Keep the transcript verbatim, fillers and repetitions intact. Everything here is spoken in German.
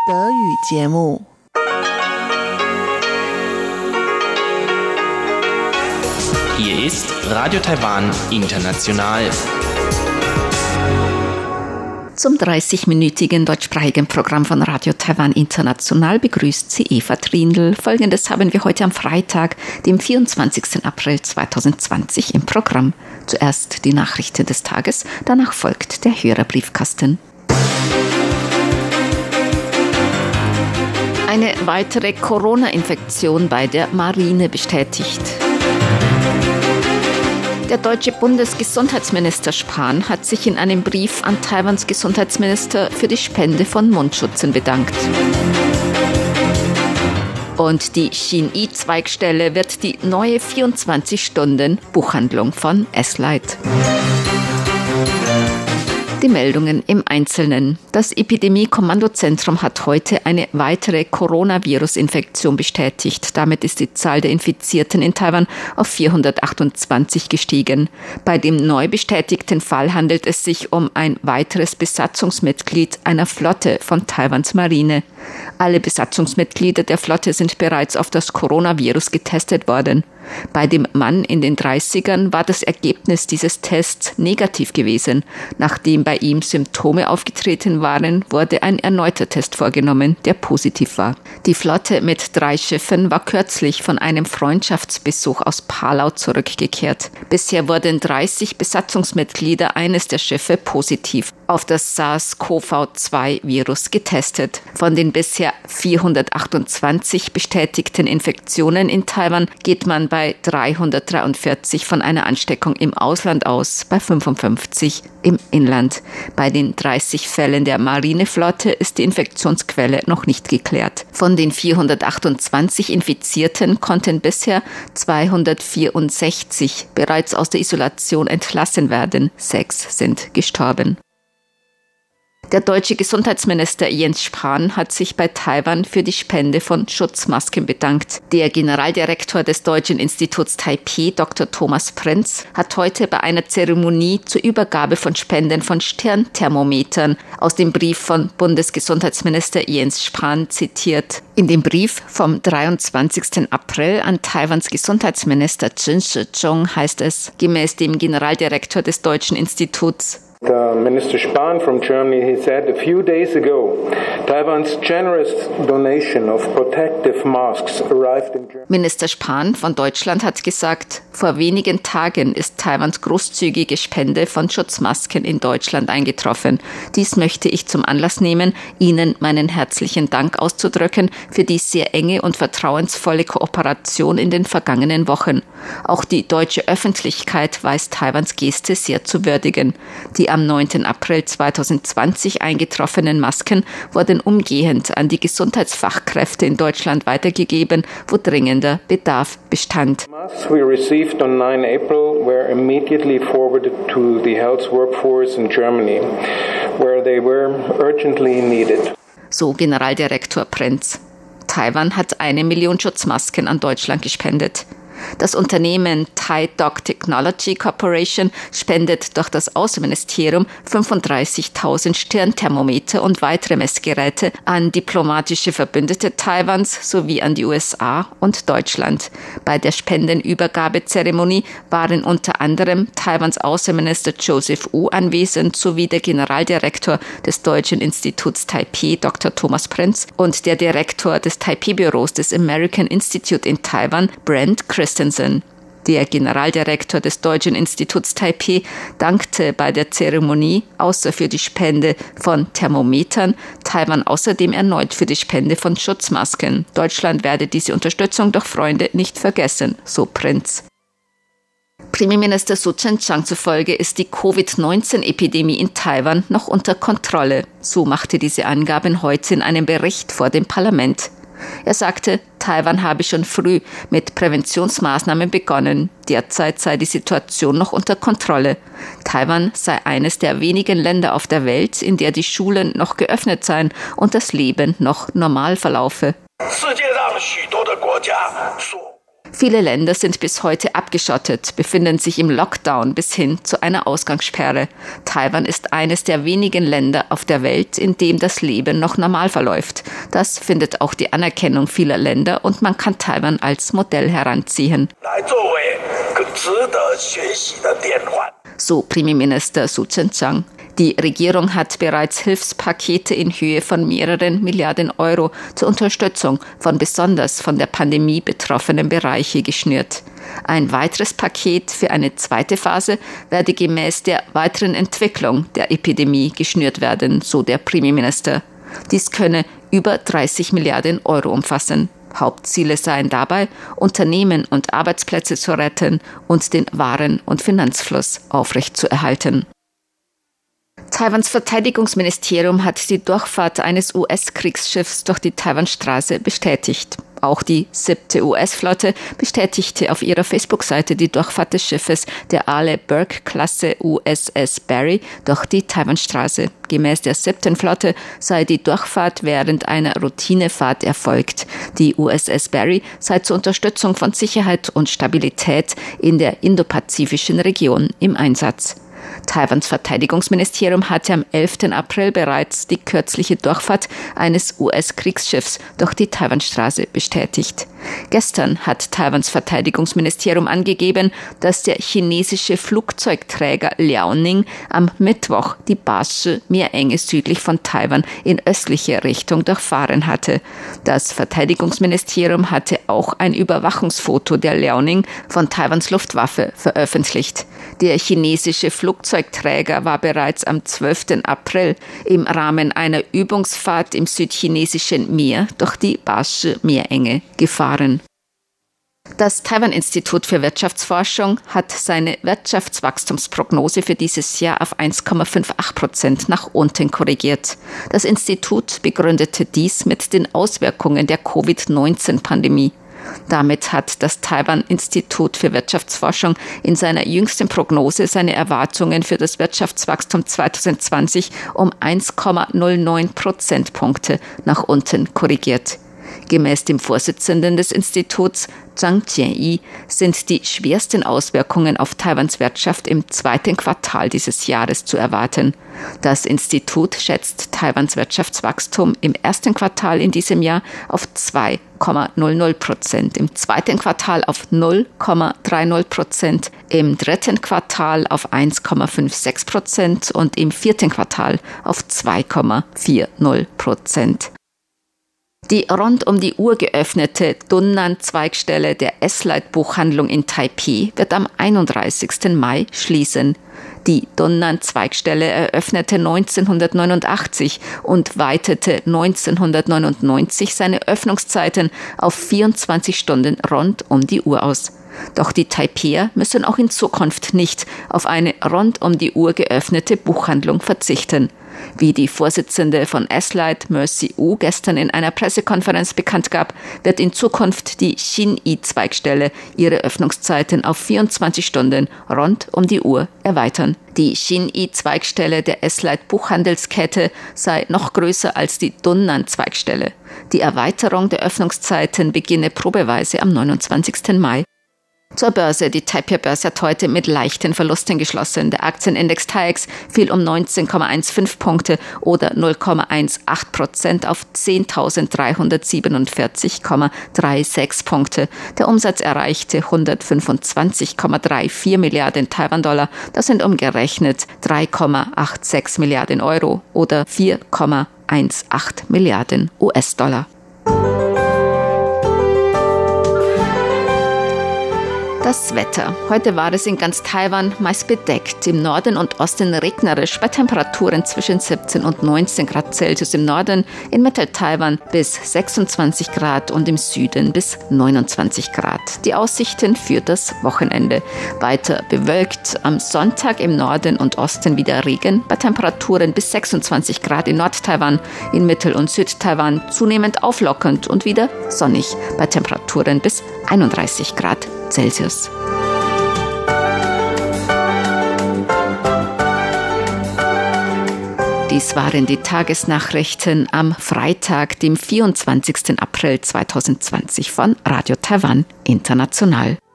Hier ist Radio Taiwan International. Zum dreißigminütigen deutschsprachigen Programm von Radio Taiwan International begrüßt sie Eva Trindl. Folgendes haben wir heute am Freitag, dem vierundzwanzigsten April zweitausendzwanzig im Programm. Zuerst die Nachrichten des Tages, danach folgt der Hörerbriefkasten. Eine weitere Corona-Infektion bei der Marine bestätigt. Der deutsche Bundesgesundheitsminister Spahn hat sich in einem Brief an Taiwans Gesundheitsminister für die Spende von Mundschutzen bedankt. Und die Xin-Yi-Zweigstelle wird die neue vierundzwanzig-Stunden-Buchhandlung von S-Lite. Die Meldungen im Einzelnen. Das Epidemie-Kommandozentrum hat heute eine weitere Coronavirus-Infektion bestätigt. Damit ist die Zahl der Infizierten in Taiwan auf vierhundertachtundzwanzig gestiegen. Bei dem neu bestätigten Fall handelt es sich um ein weiteres Besatzungsmitglied einer Flotte von Taiwans Marine. Alle Besatzungsmitglieder der Flotte sind bereits auf das Coronavirus getestet worden. Bei dem Mann in den dreißigern war das Ergebnis dieses Tests negativ gewesen. Nachdem bei ihm Symptome aufgetreten waren, wurde ein erneuter Test vorgenommen, der positiv war. Die Flotte mit drei Schiffen war kürzlich von einem Freundschaftsbesuch aus Palau zurückgekehrt. Bisher wurden dreißig Besatzungsmitglieder eines der Schiffe positiv auf das SARS-C o V zwei Virus getestet. Von den bisher vierhundertachtundzwanzig bestätigten Infektionen in Taiwan geht man bei dreihundertdreiundvierzig von einer Ansteckung im Ausland aus, bei fünfundfünfzig im Inland. Bei den dreißig Fällen der Marineflotte ist die Infektionsquelle noch nicht geklärt. Von den vierhundertachtundzwanzig Infizierten konnten bisher zweihundertvierundsechzig bereits aus der Isolation entlassen werden. Sechs sind gestorben. Der deutsche Gesundheitsminister Jens Spahn hat sich bei Taiwan für die Spende von Schutzmasken bedankt. Der Generaldirektor des Deutschen Instituts Taipei, Doktor Thomas Prinz, hat heute bei einer Zeremonie zur Übergabe von Spenden von Stirnthermometern aus dem Brief von Bundesgesundheitsminister Jens Spahn zitiert. In dem Brief vom dreiundzwanzigsten April an Taiwans Gesundheitsminister Chen Shizhong heißt es, gemäß dem Generaldirektor des Deutschen Instituts: The Minister Spahn from Germany, he said a few days ago, Taiwan's generous donation of protective masks arrived in Germany. Minister Spahn von Deutschland hat gesagt, vor wenigen Tagen ist Taiwans großzügige Spende von Schutzmasken in Deutschland eingetroffen. Dies möchte ich zum Anlass nehmen, Ihnen meinen herzlichen Dank auszudrücken für die sehr enge und vertrauensvolle Kooperation in den vergangenen Wochen. Auch die deutsche Öffentlichkeit weiß Taiwans Geste sehr zu würdigen. Die am neunten April zweitausendzwanzig eingetroffenen Masken wurden umgehend an die Gesundheitsfachkräfte in Deutschland weitergegeben, wo dringender Bedarf bestand. Masks we received on ninth April were immediately forwarded to the health workforce in Germany, where they were urgently needed. So Generaldirektor Prinz. Taiwan hat eine Million Schutzmasken an Deutschland gespendet. Das Unternehmen TaiDoc Technology Corporation spendet durch das Außenministerium fünfunddreißigtausend Stirnthermometer und weitere Messgeräte an diplomatische Verbündete Taiwans sowie an die U S A und Deutschland. Bei der Spendenübergabezeremonie waren unter anderem Taiwans Außenminister Joseph Wu anwesend sowie der Generaldirektor des Deutschen Instituts Taipei, Doktor Thomas Prinz, und der Direktor des Taipei-Büros des American Institute in Taiwan, Brent Christensen. Der Generaldirektor des Deutschen Instituts Taipei dankte bei der Zeremonie außer für die Spende von Thermometern Taiwan außerdem erneut für die Spende von Schutzmasken. Deutschland werde diese Unterstützung durch Freunde nicht vergessen, so Prinz. Premierminister Su Tseng-Chang zufolge ist die Covid neunzehn Epidemie in Taiwan noch unter Kontrolle. Su machte diese Angaben heute in einem Bericht vor dem Parlament. Er sagte, Taiwan habe schon früh mit Präventionsmaßnahmen begonnen. Derzeit sei die Situation noch unter Kontrolle. Taiwan sei eines der wenigen Länder auf der Welt, in der die Schulen noch geöffnet seien und das Leben noch normal verlaufe. Viele Länder sind bis heute abgeschottet, befinden sich im Lockdown bis hin zu einer Ausgangssperre. Taiwan ist eines der wenigen Länder auf der Welt, in dem das Leben noch normal verläuft. Das findet auch die Anerkennung vieler Länder und man kann Taiwan als Modell heranziehen. So Premierminister Su Tseng-chang. Die Regierung hat bereits Hilfspakete in Höhe von mehreren Milliarden Euro zur Unterstützung von besonders von der Pandemie betroffenen Bereichen geschnürt. Ein weiteres Paket für eine zweite Phase werde gemäß der weiteren Entwicklung der Epidemie geschnürt werden, so der Premierminister. Dies könne über dreißig Milliarden Euro umfassen. Hauptziele seien dabei, Unternehmen und Arbeitsplätze zu retten und den Waren- und Finanzfluss aufrechtzuerhalten. Taiwans Verteidigungsministerium hat die Durchfahrt eines U S-Kriegsschiffs durch die Taiwanstraße bestätigt. Auch die siebte U S-Flotte bestätigte auf ihrer Facebook-Seite die Durchfahrt des Schiffes der Arleigh Burke-Klasse U S S Barry durch die Taiwanstraße. Gemäß der siebten Flotte sei die Durchfahrt während einer Routinefahrt erfolgt. Die U S S Barry sei zur Unterstützung von Sicherheit und Stabilität in der indopazifischen Region im Einsatz. Taiwans Verteidigungsministerium hatte am elften April bereits die kürzliche Durchfahrt eines U S-Kriegsschiffs durch die Taiwanstraße bestätigt. Gestern hat Taiwans Verteidigungsministerium angegeben, dass der chinesische Flugzeugträger Liaoning am Mittwoch die Bashi-Meerenge südlich von Taiwan in östliche Richtung durchfahren hatte. Das Verteidigungsministerium hatte auch ein Überwachungsfoto der Liaoning von Taiwans Luftwaffe veröffentlicht. Der chinesische Flugzeugträger war bereits am zwölften April im Rahmen einer Übungsfahrt im südchinesischen Meer durch die Bashi-Meerenge gefahren. Das Taiwan-Institut für Wirtschaftsforschung hat seine Wirtschaftswachstumsprognose für dieses Jahr auf eins Komma achtundfünfzig Prozent nach unten korrigiert. Das Institut begründete dies mit den Auswirkungen der Covid neunzehn Pandemie. Damit hat das Taiwan-Institut für Wirtschaftsforschung in seiner jüngsten Prognose seine Erwartungen für das Wirtschaftswachstum zwanzig zwanzig um eins Komma null neun Prozentpunkte nach unten korrigiert. Gemäß dem Vorsitzenden des Instituts, Zhang Jianyi, sind die schwersten Auswirkungen auf Taiwans Wirtschaft im zweiten Quartal dieses Jahres zu erwarten. Das Institut schätzt Taiwans Wirtschaftswachstum im ersten Quartal in diesem Jahr auf zwei Komma null null Prozent, im zweiten Quartal auf null Komma dreißig Prozent, im dritten Quartal auf eins Komma sechsundfünfzig Prozent und im vierten Quartal auf zwei Komma vierzig Prozent. Die rund um die Uhr geöffnete Dunnan-Zweigstelle der S-Lite-Buchhandlung in Taipeh wird am einunddreißigsten Mai schließen. Die Dunnan-Zweigstelle eröffnete neunzehnhundertneunundachtzig und weitete neunzehnhundertneunundneunzig seine Öffnungszeiten auf vierundzwanzig Stunden rund um die Uhr aus. Doch die Taipeher müssen auch in Zukunft nicht auf eine rund um die Uhr geöffnete Buchhandlung verzichten. Wie die Vorsitzende von S-Lite, Mercy Wu, gestern in einer Pressekonferenz bekannt gab, wird in Zukunft die Xin-Yi-Zweigstelle ihre Öffnungszeiten auf vierundzwanzig Stunden rund um die Uhr erweitern. Die Xin-Yi-Zweigstelle der S-Lite Buchhandelskette sei noch größer als die Dunnan-Zweigstelle. Die Erweiterung der Öffnungszeiten beginne probeweise am neunundzwanzigsten Mai. Zur Börse. Die Taipei-Börse hat heute mit leichten Verlusten geschlossen. Der Aktienindex T A I X fiel um neunzehn Komma fünfzehn Punkte oder null Komma achtzehn Prozent auf zehntausenddreihundertsiebenundvierzig Komma sechsunddreißig Punkte. Der Umsatz erreichte hundertfünfundzwanzig Komma vierunddreißig Milliarden Taiwan-Dollar. Das sind umgerechnet drei Komma sechsundachtzig Milliarden Euro oder vier Komma achtzehn Milliarden U S-Dollar. Das Wetter. Heute war es in ganz Taiwan meist bedeckt. Im Norden und Osten regnerisch bei Temperaturen zwischen siebzehn und neunzehn Grad Celsius im Norden, in Mittel-Taiwan bis sechsundzwanzig Grad und im Süden bis neunundzwanzig Grad. Die Aussichten für das Wochenende. Weiter bewölkt, am Sonntag im Norden und Osten wieder Regen, bei Temperaturen bis sechsundzwanzig Grad in Nord-Taiwan, in Mittel- und Süd-Taiwan zunehmend auflockernd und wieder sonnig, bei Temperaturen bis einunddreißig Grad Celsius. Dies waren die Tagesnachrichten am Freitag, dem vierundzwanzigsten April zweitausendzwanzig von Radio Taiwan International.